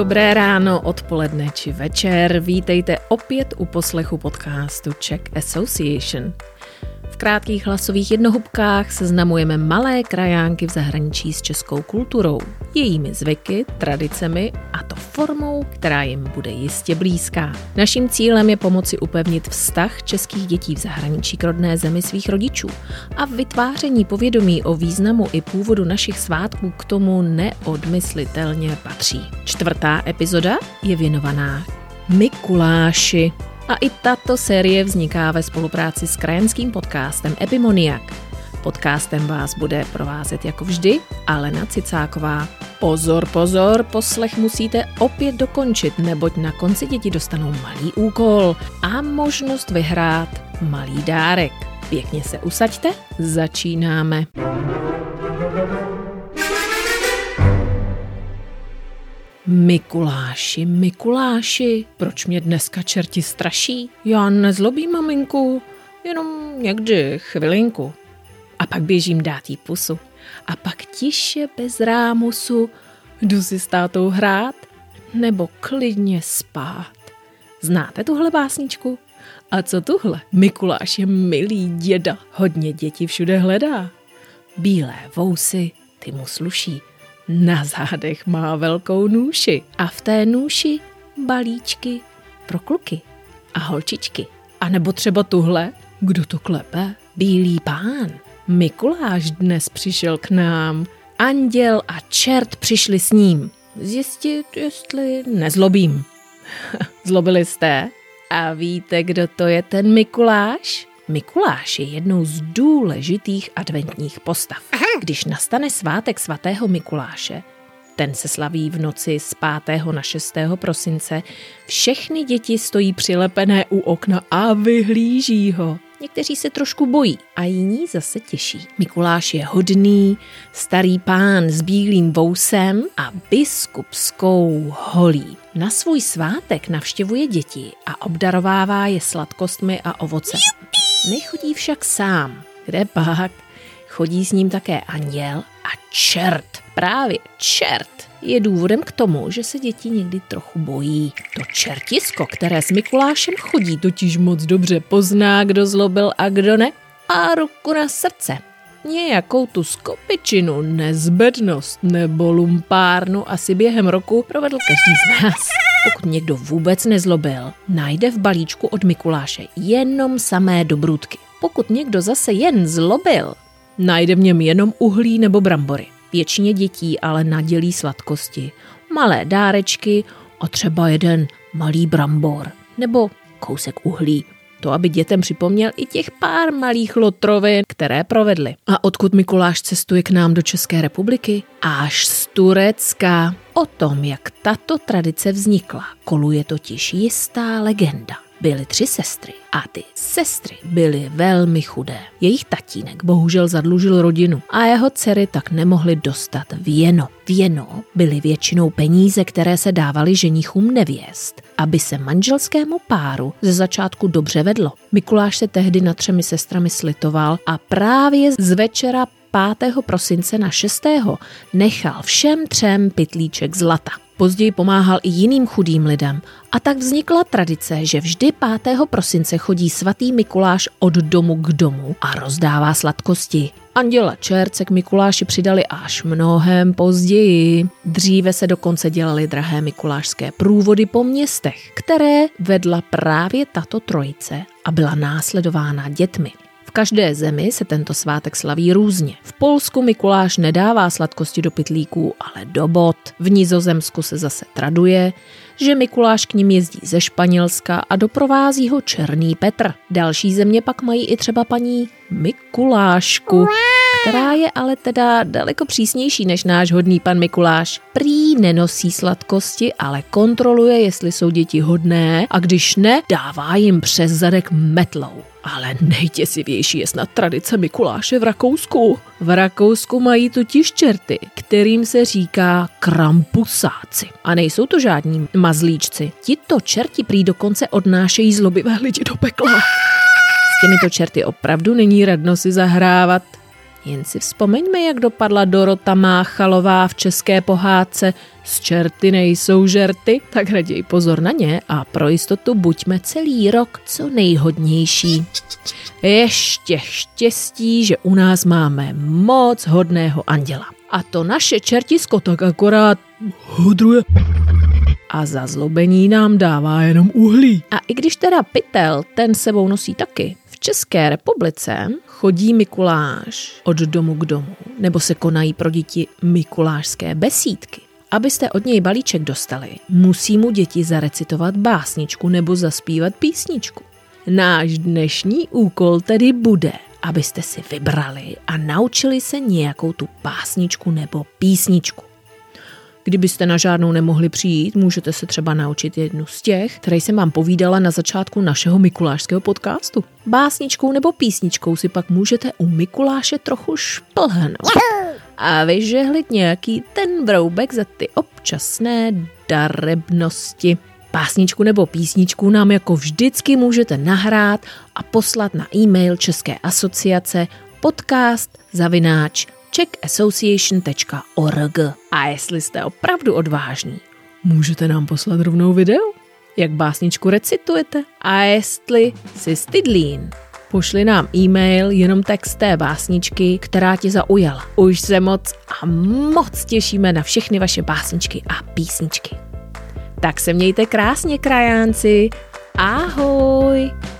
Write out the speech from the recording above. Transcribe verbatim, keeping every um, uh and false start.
Dobré ráno, odpoledne či večer, vítejte opět u poslechu podcastu Czech Association. V krátkých hlasových jednohubkách seznamujeme malé krajánky v zahraničí s českou kulturou, jejími zvyky, tradicemi a to formou, která jim bude jistě blízká. Naším cílem je pomoci upevnit vztah českých dětí v zahraničí k rodné zemi svých rodičů a vytváření povědomí o významu i původu našich svátků k tomu neodmyslitelně patří. Čtvrtá epizoda je věnovaná Mikuláši. A i tato série vzniká ve spolupráci s krajanským podcastem Epimoniak. Podcastem vás bude provázet jako vždy Alena Cicáková. Pozor, pozor, poslech musíte opět dokončit, neboť na konci děti dostanou malý úkol a možnost vyhrát malý dárek. Pěkně se usaďte, začínáme. Mikuláši, Mikuláši, proč mě dneska čerti straší? Já nezlobím maminku, jenom někdy chvilinku. A pak běžím dát jí pusu. A pak tiše bez rámusu jdu si s tátou hrát nebo klidně spát. Znáte tuhle básničku? A co tuhle? Mikuláš je milý děda, hodně děti všude hledá. Bílé vousy, ty mu sluší. Na zádech má velkou nůši a v té nůši balíčky pro kluky a holčičky. A nebo třeba tuhle, kdo to klepe? Bílý pán. Mikuláš dnes přišel k nám. Anděl a čert přišli s ním. Zjistit, jestli nezlobím. Zlobili jste? A víte, kdo to je ten Mikuláš? Mikuláš je jednou z důležitých adventních postav. Když nastane svátek svatého Mikuláše, ten se slaví v noci z pátého na šestého prosince, všechny děti stojí přilepené u okna a vyhlíží ho. Někteří se trošku bojí a jiní zase těší. Mikuláš je hodný, starý pán s bílým vousem a biskupskou holí. Na svůj svátek navštěvuje děti a obdarovává je sladkostmi a ovocem. Nechodí však sám. Kde pak? Chodí s ním také anděl a čert. Právě čert je důvodem k tomu, že se děti někdy trochu bojí. To čertisko, které s Mikulášem chodí, totiž moc dobře pozná, kdo zlobil a kdo ne. A ruku na srdce. Nějakou tu skopičinu, nezbednost nebo lumpárnu asi během roku provedl každý z nás. Pokud někdo vůbec nezlobil, najde v balíčku od Mikuláše jenom samé dobrůdky. Pokud někdo zase jen zlobil, najde v něm jenom uhlí nebo brambory. Většině dětí ale nadělí sladkosti, malé dárečky a třeba jeden malý brambor nebo kousek uhlí. To, aby dětem připomněl i těch pár malých lotrovin, které provedli. A odkud Mikuláš cestuje k nám do České republiky? Až z Turecka. O tom, jak tato tradice vznikla, koluje totiž jistá legenda. Byly tři sestry a ty sestry byly velmi chudé. Jejich tatínek bohužel zadlužil rodinu a jeho dcery tak nemohly dostat věno. Věno byly většinou peníze, které se dávaly ženichům nevěst, aby se manželskému páru ze začátku dobře vedlo. Mikuláš se tehdy nad třemi sestrami slitoval a právě z večera pátého prosince na šestého nechal všem třem pytlíček zlata. Později pomáhal i jiným chudým lidem a tak vznikla tradice, že vždy pátého prosince chodí svatý Mikuláš od domu k domu a rozdává sladkosti. Anděl a čert se k Mikuláši přidali až mnohem později. Dříve se dokonce dělaly drahé mikulášské průvody po městech, které vedla právě tato trojice a byla následována dětmi. V každé zemi se tento svátek slaví různě. V Polsku Mikuláš nedává sladkosti do pytlíků, ale do bot. V Nizozemsku se zase traduje, že Mikuláš k nim jezdí ze Španělska a doprovází ho Černý Petr. Další země pak mají i třeba paní Mikulášku, která je ale teda daleko přísnější než náš hodný pan Mikuláš. Prý nenosí sladkosti, ale kontroluje, jestli jsou děti hodné a když ne, dává jim přes zadek metlou. Ale nejděsivější je snad tradice Mikuláše v Rakousku. V Rakousku mají totiž čerty, kterým se říká krampusáci. A nejsou to žádní mazlíčci. Tito čerti prý dokonce odnášejí zlobivé lidi do pekla. S těmito čerty opravdu není radno si zahrávat. Jen si vzpomeňme, jak dopadla Dorota Máchalová v české pohádce S čerty nejsou žerty, tak raději pozor na ně a pro jistotu buďme celý rok co nejhodnější. Ještě štěstí, že u nás máme moc hodného anděla. A to naše čertisko tak akorát hodruje a za zlobení nám dává jenom uhlí. A i když teda pytel ten sebou nosí taky, v České republice chodí Mikuláš od domu k domu, nebo se konají pro děti mikulášské besídky. Abyste od něj balíček dostali, musí mu děti zarecitovat básničku nebo zaspívat písničku. Náš dnešní úkol tedy bude, abyste si vybrali a naučili se nějakou tu básničku nebo písničku. Kdybyste na žádnou nemohli přijít, můžete se třeba naučit jednu z těch, které jsem vám povídala na začátku našeho mikulášského podcastu. Básničkou nebo písničkou si pak můžete u Mikuláše trochu šplhnout a vyžehlit nějaký ten broubek za ty občasné darebnosti. Básničku nebo písničku nám jako vždycky můžete nahrát a poslat na e-mail České asociace podcast zavináč czech association tečka org. A jestli jste opravdu odvážní, můžete nám poslat rovnou video, jak básničku recitujete. A jestli jsi stydlín, pošli nám e-mail jenom text té básničky, která tě zaujala. Už se moc a moc těšíme na všechny vaše básničky a písničky. Tak se mějte krásně, krajánci. Ahoj!